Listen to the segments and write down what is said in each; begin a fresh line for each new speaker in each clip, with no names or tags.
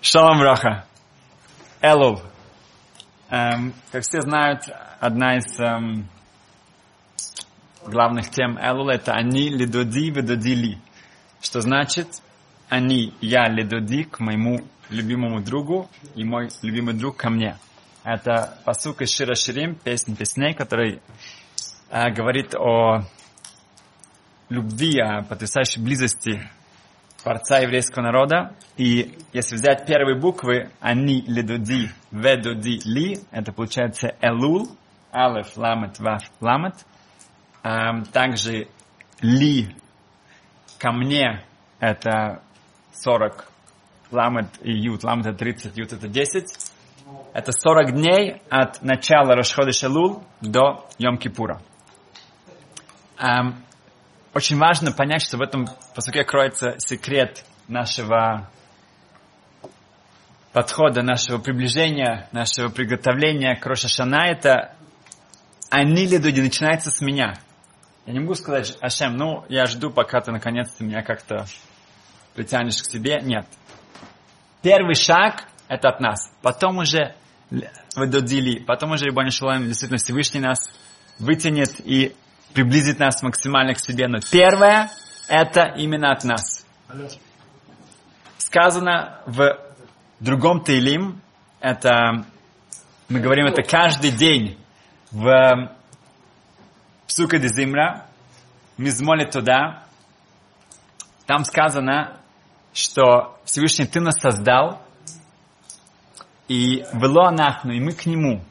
Шалом браха. Элул. Как все знают, одна из главных тем Элула — это «Они ледоди ведоди ли». Что значит «Они, я ледоди» к моему любимому другу, и мой любимый друг ко мне. Это пасук из Шира Ширим, песня песней, который говорит о любви, о потрясающей близости Творца еврейского народа. И если взять первые буквы «Они ледоди ведоди ли», это получается «Элул», «Алеф», «Ламет», «Вав», «Ламет». Также «Ли» ко мне — это 40, «Ламет» и «Ют». «Ламет» — это 30, «Ют» — это 10. Это 40 дней от начала Рош ходеш Элул до Йом-Кипура. Очень важно понять, что в этом пасуке кроется секрет нашего подхода, нашего приближения, нашего приготовления к Рош ха-Шана. Это «Они ледоди» начинается с меня. Я не могу сказать: Ашем, я жду, пока ты наконец-то меня как-то притянешь к себе. Нет. Первый шаг — это от нас. Потом уже ведодили, потом уже Рибоно шел олам, действительно Всевышний нас вытянет и приблизит нас максимально к себе. Но первое — это именно от нас. Сказано в другом Теилим, это мы говорим это каждый день в Псука де Зимра, Мизмоле Тода. Там сказано, что Всевышний ты нас создал, и вело анахну, и мы к нему.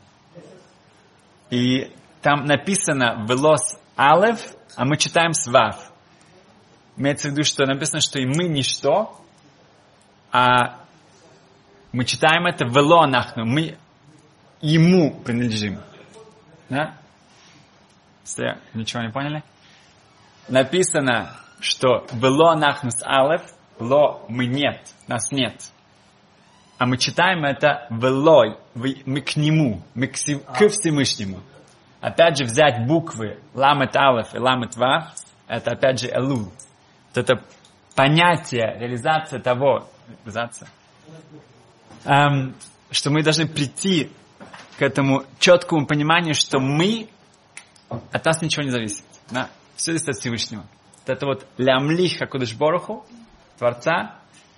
И там написано вело с алеф, а мы читаем с вав. Имеется в виду, что написано, что и мы ничто, а мы читаем это вело анахну, мы ему принадлежим. Да? Все, ничего не поняли? Написано, что вело анахну с алеф, ло мы нет, нас нет. А мы читаем это велой, мы к нему, мы к Всевышнему. Опять же, взять буквы ламет алеф и ламет вав, это опять же элул. Вот это понятие, реализация того, что мы должны прийти к этому четкому пониманию, что мы, от нас ничего не зависит. Да? Все зависит от Всевышнего. Вот это вот лямлих хакодеш боруху, Творца.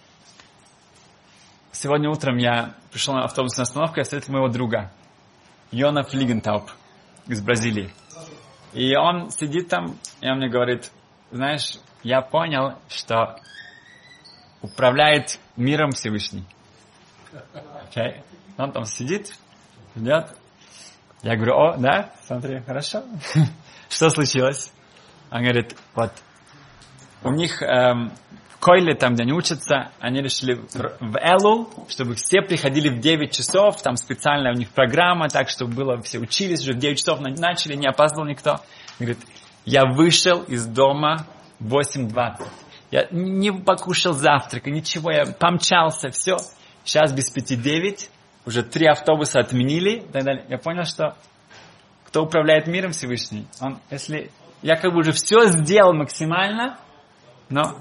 Сегодня утром я пришел на автобусную остановку, я встретил моего друга, Йона Флигентауп из Бразилии. И он сидит там, и он мне говорит: знаешь, я понял, что управляет миром Всевышний. Okay. Он там сидит, ждет. Я говорю: о, да, смотри, хорошо. Что случилось? Он говорит: вот, у них в Койле, там, где они учатся, они решили в Элул, чтобы все приходили в 9 часов, там специальная у них программа, так, чтобы было, все учились, уже в 9 часов начали, не опаздывал никто. Говорит: я вышел из дома в 8:20. Я не покушал завтрака, ничего, я помчался, все. Сейчас без 5:09, уже 3 автобуса отменили, и так далее. Я понял, что кто управляет миром Всевышний, он, если я как бы уже все сделал максимально, но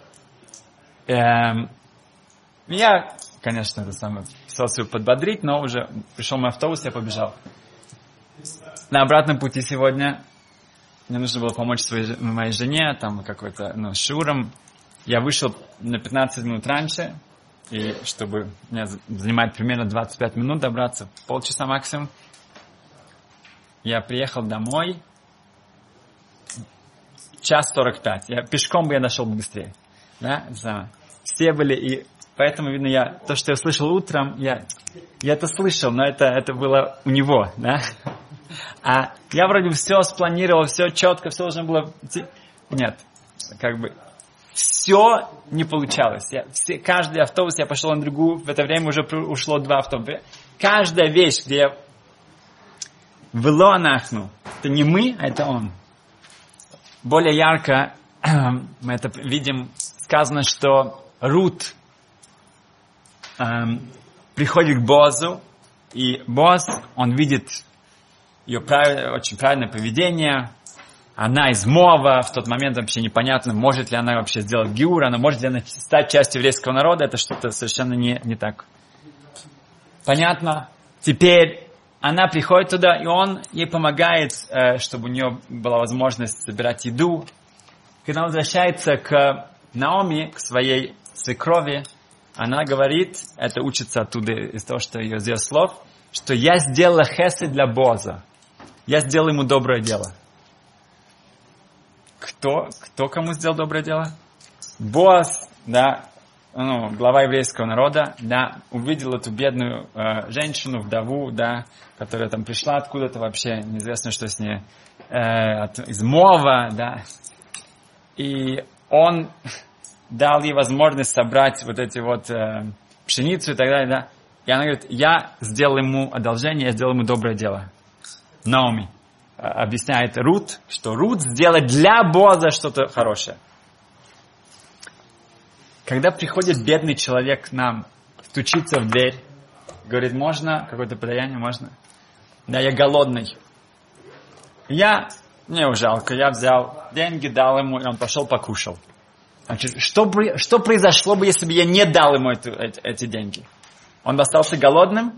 я, конечно, это самое, пытался его подбодрить, но уже пришел мой автобус, я побежал. На обратном пути сегодня мне нужно было помочь моей жене, там какой-то, с шуром. Я вышел на 15 минут раньше, и чтобы мне занимать примерно 25 минут добраться, полчаса максимум. Я приехал домой 1:45. Пешком бы я дошел быстрее. Да? Все были, и поэтому, видно, то, что я слышал утром, я это слышал, но это было у него, да? А я вроде все спланировал, все четко, все должно было идти. Нет, как бы все не получалось. Каждый автобус я пошел на другую, в это время уже ушло 2 автобуса. Каждая вещь, где я вело анахну, это не мы, а это он. Более ярко мы это видим, сказано, что Рут приходит к Боазу, и Боаз, он видит ее очень правильное поведение. Она из Моава, в тот момент вообще непонятно, может ли она вообще сделать гиур, может ли она стать частью еврейского народа, это что-то совершенно не так. Понятно? Теперь она приходит туда, и он ей помогает, чтобы у нее была возможность собирать еду. Когда он возвращается к Наоми, к своей свекрови, она говорит, это учится оттуда из того, что ее сделал слов, что я сделала хесед для Боаза. Я сделал ему доброе дело. Кто кому сделал доброе дело? Боаз, да, глава еврейского народа, да, увидел эту бедную женщину, вдову, да, которая там пришла откуда-то вообще, неизвестно, что с ней, из Моава, да, и он дал ей возможность собрать вот эти вот пшеницу и так далее, да, и она говорит, я сделал ему одолжение, я сделал ему доброе дело. Наоми объясняет Рут, что Рут сделает для Боаза что-то хорошее. Когда приходит бедный человек к нам, стучится в дверь, говорит, можно какое-то подаяние, можно? Да, я голодный. Мне его жалко, я взял деньги, дал ему, и он пошел покушал. Значит, что произошло бы, если бы я не дал ему эти деньги? Он бы остался голодным?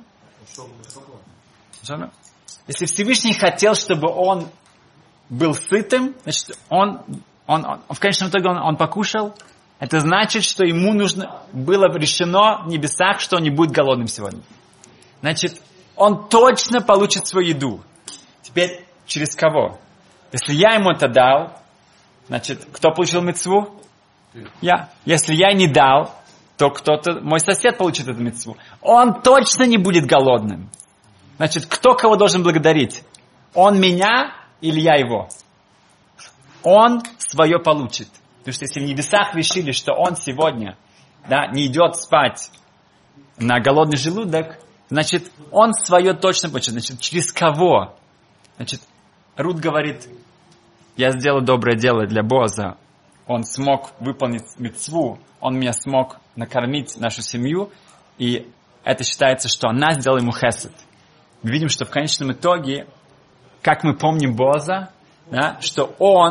Если Всевышний хотел, чтобы он был сытым, значит, он в конечном итоге он покушал, это значит, что ему нужно было решено в небесах, что он не будет голодным сегодня. Значит, он точно получит свою еду. Теперь через кого? Если я ему это дал, значит, кто получил мицву? Я. Если я не дал, то мой сосед получит эту мицву. Он точно не будет голодным. Значит, кто кого должен благодарить? Он меня или я его? Он свое получит. Потому что если в небесах решили, что он сегодня, да, не идет спать на голодный желудок, значит, он свое точно получит. Значит, через кого? Значит, Рут говорит, я сделал доброе дело для Боаза. Он смог выполнить мицву, он меня смог накормить нашу семью, и это считается, что она сделала ему хесед. Мы видим, что в конечном итоге, как мы помним Боаза, да, что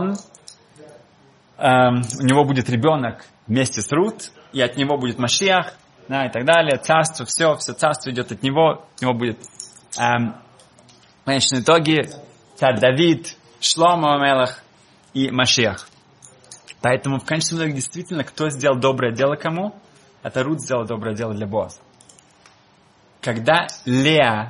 у него будет ребенок вместе с Рут, и от него будет Машиах, да, и так далее, царство, все царство идет от него, у него будет в конечном итоге царь Давид, Шломо Амелах и Машиах. Поэтому в конечном итоге действительно, кто сделал доброе дело кому? Это Рут сделала доброе дело для Боаза. Когда Леа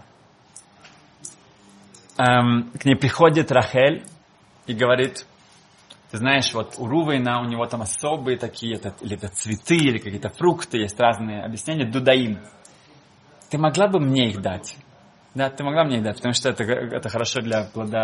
к ней приходит Рахель и говорит, ты знаешь, вот у Рувейна, у него там особые такие, или это цветы, или какие-то фрукты, есть разные объяснения, дудаим. Ты могла бы мне их дать? Да, ты могла мне их дать, потому что это хорошо для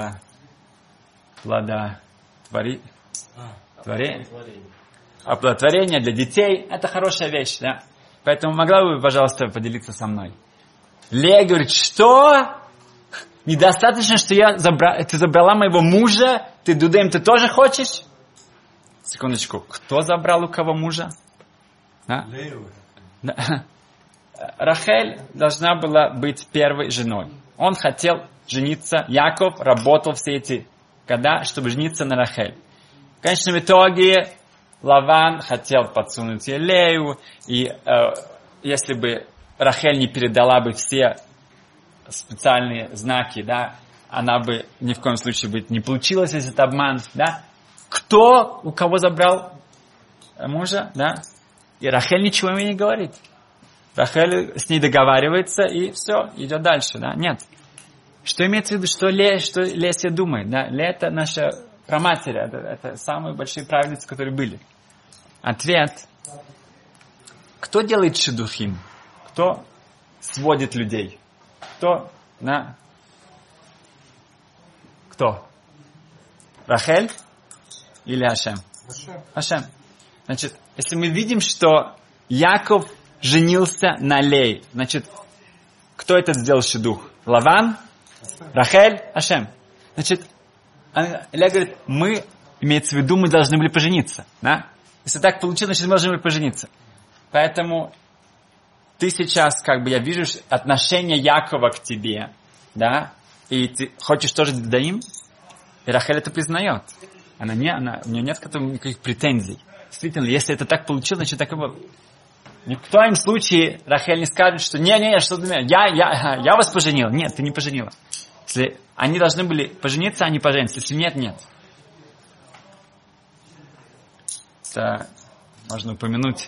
оплодотворения для детей. Это хорошая вещь, да. Поэтому могла бы, пожалуйста, поделиться со мной. Лея говорит, что? Недостаточно, что ты забрала моего мужа, ты дудаим, ты тоже хочешь? Секундочку, кто забрал у кого мужа? Да? Да. Рахель должна была быть первой женой. Он хотел жениться, Яков работал все эти года, чтобы жениться на Рахель. В конечном итоге Лаван хотел подсунуть ей Лею, и если бы Рахель не передала бы все специальные знаки, да, она бы ни в коем случае бы не получилась, если это обман, да. Кто у кого забрал мужа, да, и Рахель ничего ему не говорит. Рахель с ней договаривается, и все, идет дальше, да, нет. Что имеется в виду, что Леся думает, да, Лея это наша праматерь, это самые большие праведницы, которые были. Ответ, кто делает шедухим, кто сводит людей? Кто? Да. Кто? Рахель или Ашем? Ашем. Значит, если мы видим, что Яков женился на Лее, значит, кто это сделал шедух? Лаван? Рахель? Ашем. Значит, Лея говорит, имеется в виду, мы должны были пожениться. Да? Если так получилось, значит, мы должны были пожениться. Поэтому ты сейчас, я вижу отношение Якова к тебе, да, и ты хочешь тоже даим, и Рахель это признает. У нее нет к этому никаких претензий. Действительно, если это так получилось, значит, так и было. Ни в коем случае Рахель не скажет, что не, что ты я вас поженил. Нет, ты не поженила. Если они должны были пожениться, они поженятся. Если нет, нет. Это можно упомянуть.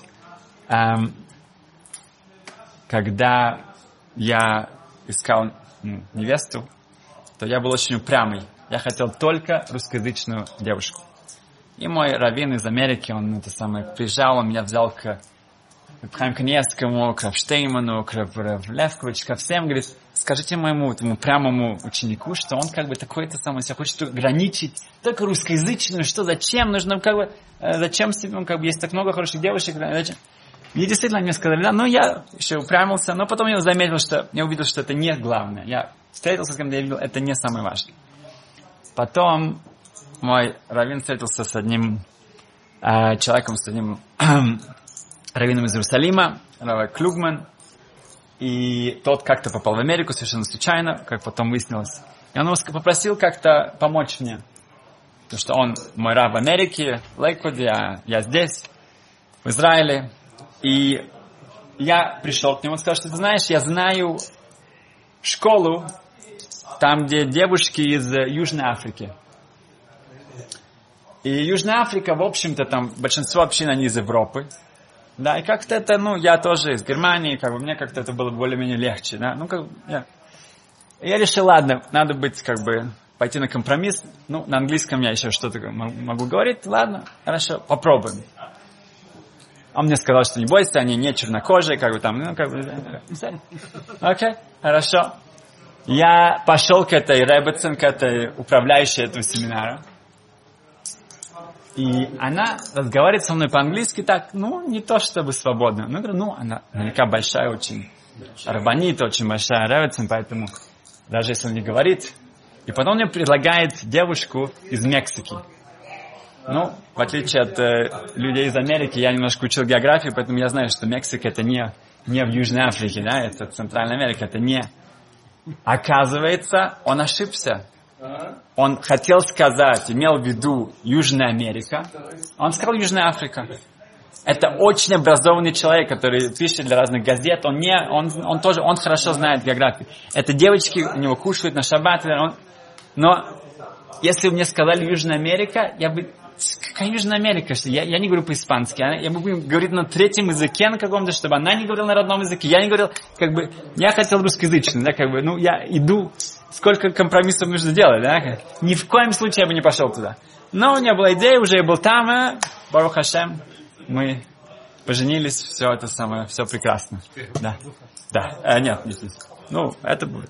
Когда я искал невесту, то я был очень упрямый. Я хотел только русскоязычную девушку. И мой раввин из Америки, он приезжал, он меня взял к Хаиму Каневскому, к Рав Штейману, к Рав Левковичу, ко всем, говорит, скажите моему этому упрямому ученику, что он такой-то самый себя хочет ограничить, только русскоязычную, что зачем, нужно зачем себе, есть так много хороших девушек, зачем? И действительно мне сказали, да, но я еще упрямился, но потом я увидел, что это не главное. Я встретился с кем-то, я видел, это не самое важное. Потом мой раввин встретился с одним человеком, с одним раввином из Иерусалима, Рав Клюгман, и тот как-то попал в Америку совершенно случайно, как потом выяснилось. И он попросил как-то помочь мне, потому что он мой рав в Америке, в Лейквуде, а я здесь, в Израиле. И я пришел к нему и сказал, что ты знаешь, я знаю школу, там, где девушки из Южной Африки. И Южная Африка, в общем-то, там большинство общин, они из Европы. Да, и как-то это, я тоже из Германии, мне как-то это было более-менее легче, да. Я решил, ладно, надо пойти на компромисс. На английском я еще что-то могу говорить. Ладно, хорошо, попробуем. Он мне сказал, что не бойся, они не чернокожие, Окей, хорошо. Я пошел к этой Ребецен, к этой управляющей этого семинара. И она разговаривает со мной по-английски так, не то чтобы свободно. Она наверняка большая очень, рабанит очень большая Ребецен, поэтому даже если он не говорит. И потом мне предлагает девушку из Мексики. В отличие от людей из Америки, я немножко учил географию, поэтому я знаю, что Мексика это не в Южной Африке, да, это Центральная Америка, это не. Оказывается, он ошибся. Он хотел сказать, имел в виду Южная Америка, он сказал Южная Африка. Это очень образованный человек, который пишет для разных газет, он хорошо знает географию. Это девочки у него кушают на шаббат, но если бы мне сказали Южная Америка, я бы... Какая Южная Америка? Я не говорю по-испански. Я бы говорить на третьем языке на каком-то, чтобы она не говорила на родном языке. Я не говорил, я хотел русскоязычный, да, я иду, сколько компромиссов нужно делать, да. Ни в коем случае я бы не пошел туда. Но у меня была идея, уже я был там, Барух Хашем, мы поженились, все это самое, все прекрасно. Да. Нет. Это будет.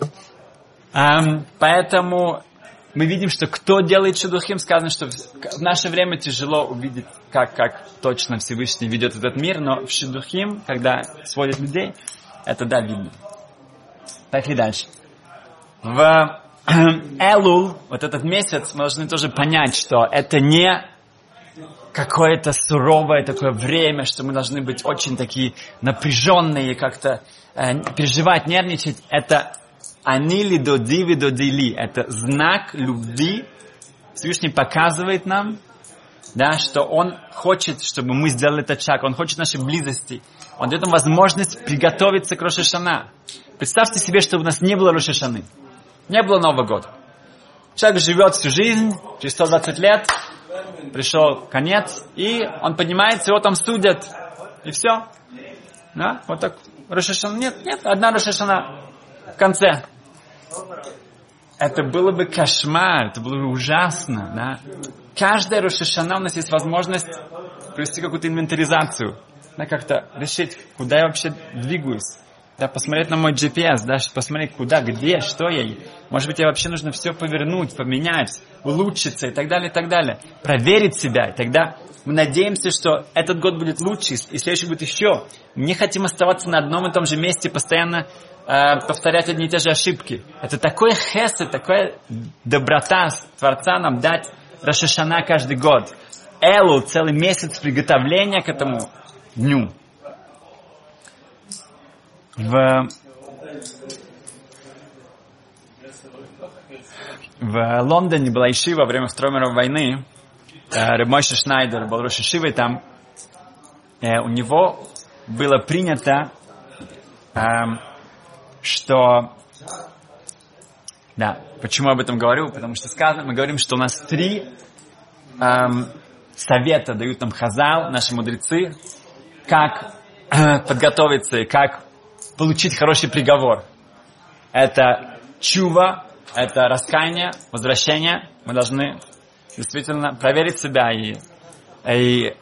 Поэтому... Мы видим, что кто делает шедухим, сказано, что в наше время тяжело увидеть, как точно Всевышний ведет этот мир, но в шедухим, когда сводят людей, это видно. Поехали дальше. В Элул, этот месяц, мы должны тоже понять, что это не какое-то суровое такое время, что мы должны быть очень такие напряженные, как-то переживать, нервничать. Это Анили додиви додили. Это знак любви. Всевышний показывает нам, да, что Он хочет, чтобы мы сделали этот шаг. Он хочет нашей близости. Он дает нам возможность приготовиться к Рош ха-Шана. Представьте себе, что у нас не было Рош ха-Шаны. Не было Нового года. Человек живет всю жизнь, через 120 лет, пришел конец, и он поднимается, его там судят. И все. Да? Вот так. Рош ха-Шана. Нет, одна Рош ха-Шана в конце. Это было бы кошмар, это было бы ужасно, да? Каждая Рош ха-Шана у нас есть возможность провести какую-то инвентаризацию, да, как-то решить, куда я вообще двигаюсь, да, посмотреть на мой GPS, да, посмотреть, куда, где, что я. Может быть, я вообще нужно все повернуть, поменять, улучшиться и так далее, проверить себя, и тогда мы надеемся, что этот год будет лучше, и следующий будет еще. Мы не хотим оставаться на одном и том же месте, постоянно повторять одни и те же ошибки. Это такой хесед, такая доброта Творца нам дать Рош ха-Шана каждый год. Элул, целый месяц приготовления к этому дню. В Лондоне была ешива во время Второй мировой войны. Реб Мойше Шнайдер был рош ешивой там. У него было принято, что... Да, почему об этом говорю? Потому что сказано, мы говорим, что у нас 3 совета дают нам Хазал, наши мудрецы, как подготовиться и как получить хороший приговор. Это чува, это раскаяние, возвращение. Мы должны действительно проверить себя и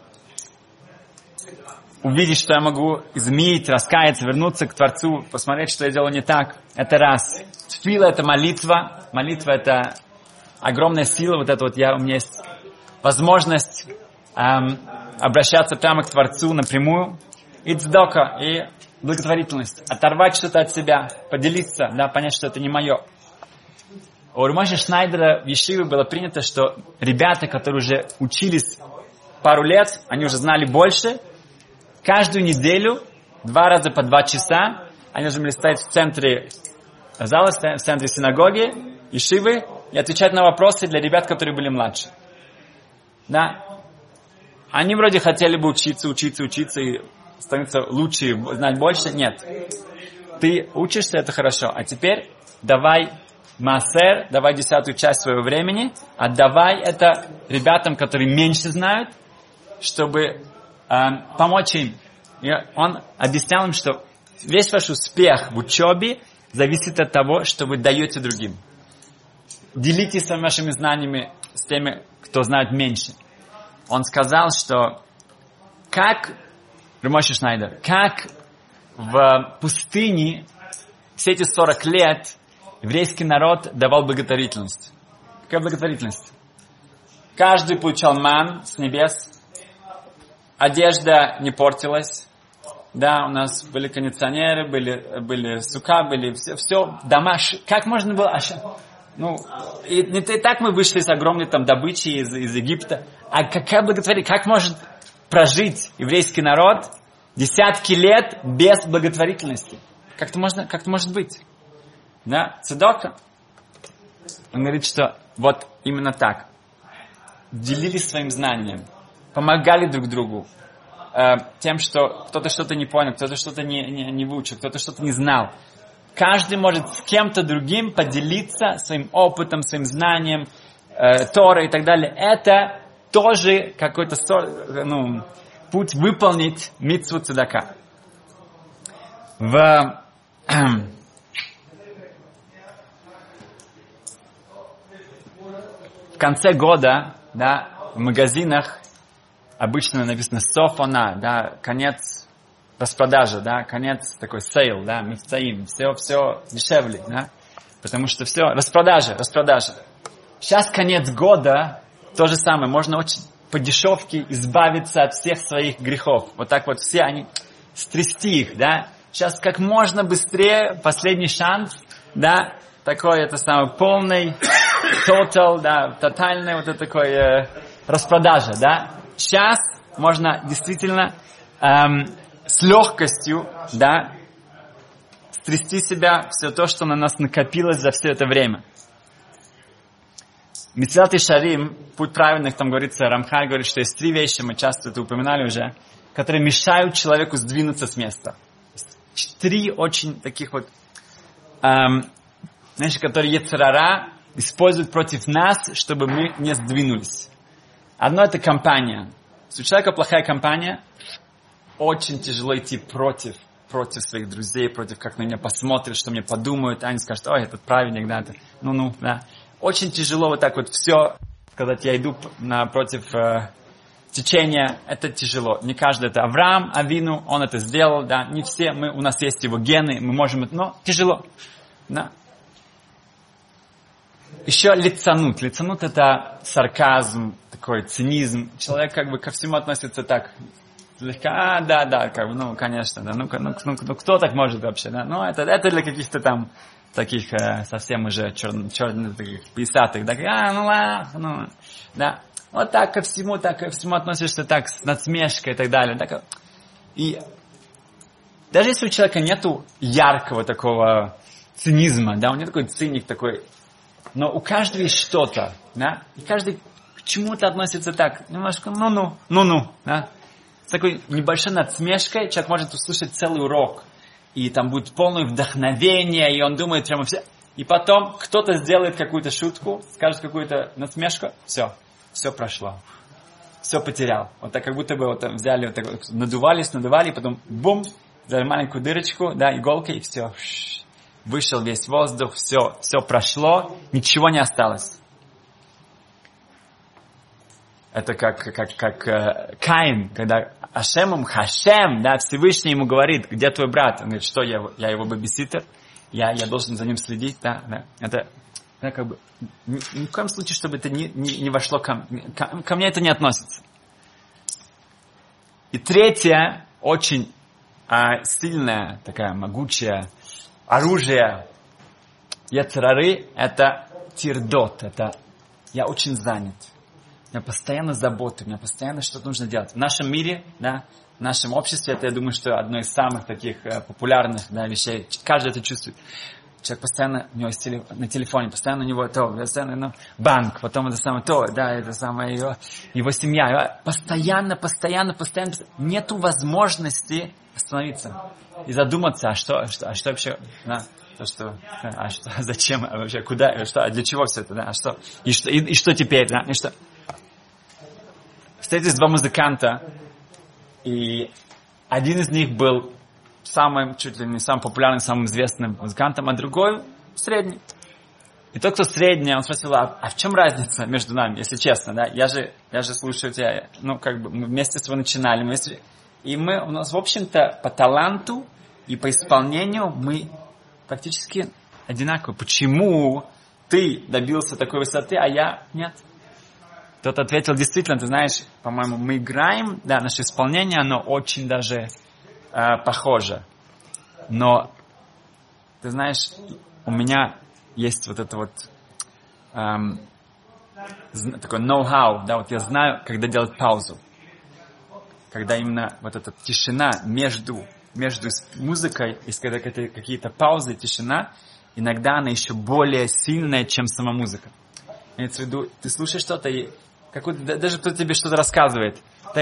увидеть, что я могу изменить, раскаяться, вернуться к Творцу, посмотреть, что я делаю не так. Это раз. Тфила — это молитва. Молитва — это огромная сила. Вот это вот у меня есть возможность обращаться прямо к Творцу напрямую. И цдока, и благотворительность. Оторвать что-то от себя, поделиться, да, понять, что это не мое. У Рамаши Шнайдера в Ешиве было принято, что ребята, которые уже учились пару лет, они уже знали больше, каждую неделю, 2 раза по 2 часа, они должны были стоять в центре зала, в центре синагоги, Ешивы, и отвечать на вопросы для ребят, которые были младше. Да. Они вроде хотели бы учиться и становиться лучше, знать больше. Нет. Ты учишься, это хорошо. А теперь давай маасер, давай 10-ю часть своего времени, отдавай это ребятам, которые меньше знают, чтобы помочь им. И он объяснял им, что весь ваш успех в учебе зависит от того, что вы даете другим. Делитесь вашими знаниями с теми, кто знает меньше. Он сказал, что как Рамаши Шнайдер, как в пустыне все эти 40 лет еврейский народ давал благотворительность. Какая благотворительность? Каждый получал ман с небес, одежда не портилась, да, у нас были кондиционеры, были сука, были все дома. Как можно было... и не так мы вышли с огромной там добычи из Египта. А какая благотворительность? Как может прожить еврейский народ десятки лет без благотворительности? Как это может быть? Да, цедока. Он говорит, что вот именно так. Делились своим знанием, помогали друг другу, тем, что кто-то что-то не понял, кто-то что-то не выучил, кто-то что-то не знал. Каждый может с кем-то другим поделиться своим опытом, своим знанием, Торой и так далее. Это тоже какой-то путь выполнить мицву цедака. В конце года, да, в магазинах обычно написано «софона», да, конец распродажи, да, конец такой сейл, да, мифцаим, все дешевле, да, потому что все, распродажа. Сейчас конец года, то же самое, можно очень по дешевке избавиться от всех своих грехов. Вот так вот все они, стрясти их, да. Сейчас как можно быстрее, последний шанс, да, такой это самый полный, total, да, тотальный вот это такой распродажа, да. Сейчас можно действительно с легкостью, да, стрясти себя все то, что на нас накопилось за все это время. Мицват Ишарим, путь праведных, там говорится, Рамхаль говорит, что есть 3 вещи, мы часто это упоминали уже, которые мешают человеку сдвинуться с места. 3 очень таких вот, которые Йецер Ара использует против нас, чтобы мы не сдвинулись. Одно — это компания. Если у человека плохая компания, очень тяжело идти против своих друзей, против, как на меня посмотрят, что мне подумают, они скажут: ой, этот праведник, да, это, да. Очень тяжело вот так вот все, когда я иду против течения, это тяжело. Не каждый это. Авраам, Авину, он это сделал, да, не все, у нас есть его гены, мы можем это, но тяжело, да. Еще лицанут. Лицанут — это сарказм, такой цинизм. Человек как бы ко всему относится так слегка, да, как бы, конечно, да, кто так может вообще, да, это для каких-то там таких совсем уже черных таких писатых, да, да, вот так ко всему относишься так с насмешкой и так далее, так. И даже если у человека нету яркого такого цинизма, да, он не такой циник такой, но у каждого есть что-то, да, и каждый к чему-то относится так, немножко, да. такой небольшой надсмешкой человек может услышать целый урок. И там будет полное вдохновение, и он думает прямо все. И потом кто-то сделает какую-то шутку, скажет какую-то насмешку, все прошло. Все потерял. Вот так как будто бы вот взяли, вот так вот, надували, и потом бум, взяли маленькую дырочку, да, иголкой, и все. Вышел весь воздух, все прошло, ничего не осталось. Это как Каин, когда Хашем, да, Всевышний ему говорит, где твой брат? Он говорит, что я его бэбиситер, я должен за ним следить, да. Это как бы ни в коем случае, чтобы это не вошло ко мне это не относится. И третье, очень сильное, такое могучее оружие йецер гары, это тирдот, это я очень занят. У меня постоянно заботы, у меня постоянно что-то нужно делать. В нашем мире, да, в нашем обществе, это, я думаю, что одно из самых таких популярных, да, вещей. Каждый это чувствует. Человек постоянно, у него есть на телефоне, постоянно у него то, постоянно банк, потом это самое то, да, это самое его семья. Постоянно. Нету возможности остановиться и задуматься, а что вообще, да, зачем, вообще, куда, для чего все это, да, и что теперь, да, и что. Встретились два музыканта, и один из них был чуть ли не самым популярным, самым известным музыкантом, а другой средний. И тот, кто средний, он спросил, а в чем разница между нами, если честно, да? Я же слушаю тебя, мы вместе с тобой начинали, и у нас, в общем-то, по таланту и по исполнению мы практически одинаковые. Почему ты добился такой высоты, а я нет? Тот ответил, действительно, ты знаешь, по-моему, мы играем, да, наше исполнение, оно очень даже похоже. Но, ты знаешь, у меня есть вот это вот такой know-how, да, вот я знаю, когда делать паузу. Когда именно вот эта тишина между музыкой, и когда какие-то паузы, тишина, иногда она еще более сильная, чем сама музыка. Имеется в виду, ты слушаешь что-то, и даже кто-то тебе что-то рассказывает.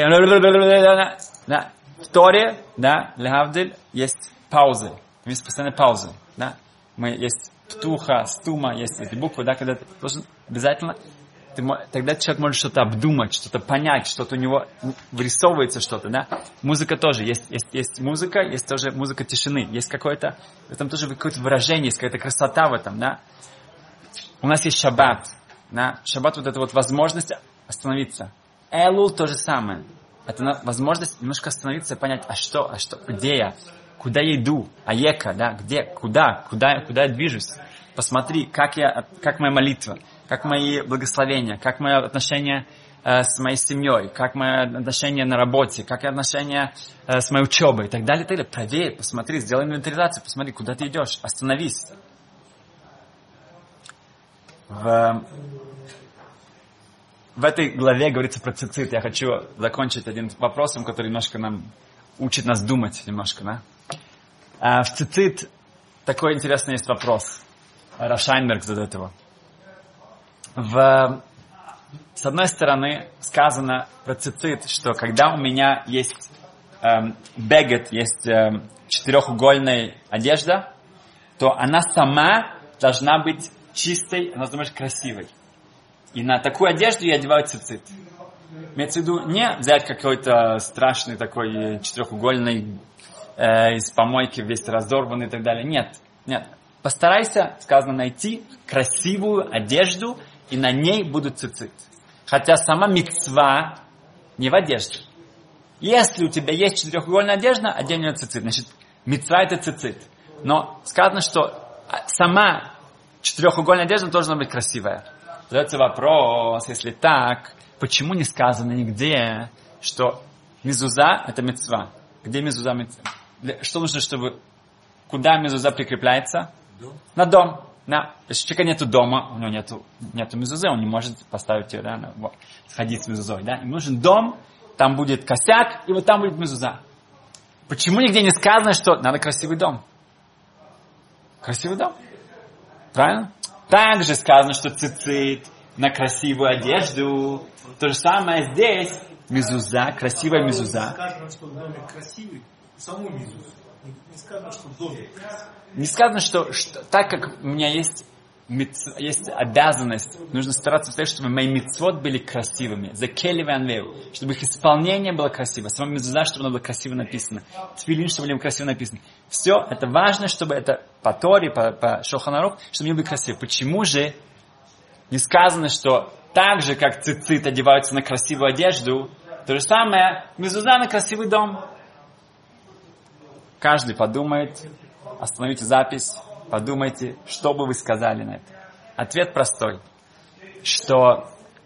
Да. В Торе, да, лехавдель, есть паузы. Есть постоянно паузы, да. Есть птуха, стума, есть эти буквы, да, когда ты должен обязательно, тогда человек может что-то обдумать, что-то понять, что-то у него вырисовывается что-то, да. Музыка тоже, есть музыка, есть тоже музыка тишины, есть какое-то, там тоже какое-то выражение, есть какая-то красота в этом, да. У нас есть шаббат, да. Шаббат вот эта вот возможность остановиться. Элул то же самое. Это возможность немножко остановиться и понять, а что, где я, куда я иду, аека, да, где, куда я движусь. Посмотри, как моя молитва, как мои благословения, как мои отношения с моей семьей, как мои отношения на работе, как отношения с моей учебой и так далее, и так далее. Проверь, посмотри, сделай инвентаризацию, посмотри, куда ты идешь, остановись. В этой главе говорится про цицит. Я хочу закончить один вопросом, который немножко учит нас думать немножко, да? В цицит такой интересный есть вопрос. Рав Шайнберг задает его. С одной стороны сказано про цицит, что когда у меня есть бегет, есть четырехугольная одежда, то она сама должна быть чистой, она должна быть красивой. И на такую одежду я одеваю цицит. Имеется в виду не взять какой-то страшный такой четырехугольный из помойки весь разорванный и так далее. Нет. Постарайся, сказано, найти красивую одежду, и на ней будут цицит. Хотя сама мицва не в одежде. Если у тебя есть четырехугольная одежда, одень ее цицит. Значит, мицва это цицит. Но сказано, что сама четырехугольная одежда должна быть красивая. Задается вопрос, если так, почему не сказано нигде, что мезуза это мицва? Где мезуза мицва? Что нужно, чтобы... Куда мезуза прикрепляется? На дом. Если у человека нету дома, у него нету мезузы, он не может поставить ее, да, сходить с мезузой, да. Ему нужен дом, там будет косяк, и вот там будет мезуза. Почему нигде не сказано, что надо красивый дом? Красивый дом. Правильно? Также сказано, что цицит на красивую одежду. То же самое здесь. мезуза, красивая мезуза.
Сказано, что домик красивый, саму мезузу. Не сказано, что домик.
Не сказано, что так как у меня есть обязанность, нужно стараться так, чтобы мои мицвот были красивыми. Закели ванвеу, чтобы их исполнение было красиво. Сама мезуза, чтобы оно было красиво написано. Тфилин, чтобы были красиво написаны. Все, это важно, чтобы это по Торе, по Шулхан Арух, чтобы они были красивы. Почему же не сказано, что так же, как цицит одеваются на красивую одежду, то же самое мезуза на красивый дом? Каждый подумает, остановите запись, подумайте, что бы вы сказали на это. Ответ простой, что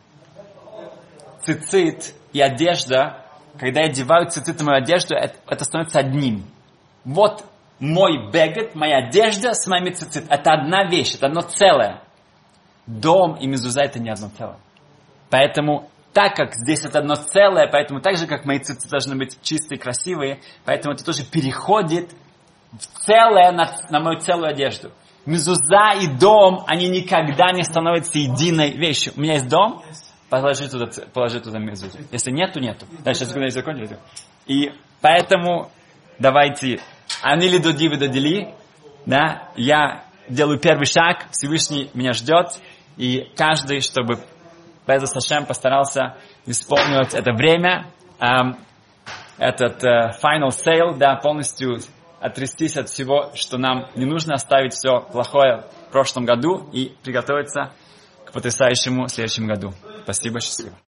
цицит и одежда, когда одевают цицит на мою одежду, это становится одним. Вот мой бегет, моя одежда с моими цицит. Это одна вещь, это одно целое. Дом и мезуза это не одно целое. Поэтому, так как здесь это одно целое, поэтому так же, как мои цицит должны быть чистые, красивые, поэтому это тоже переходит в целое на мою целую одежду. Мезуза и дом, они никогда не становятся единой вещью. У меня есть дом, положи туда мезузу. Если нету, нету. Да, сейчас я закончу. И поэтому давайте, анили додиви додели, да, я делаю первый шаг, Всевышний меня ждет, и каждый, чтобы Безос Хашем постарался исполнить это время, этот final sale, да, полностью отрястись от всего, что нам не нужно, оставить все плохое в прошлом году и приготовиться к потрясающему следующему году. Спасибо, счастливо.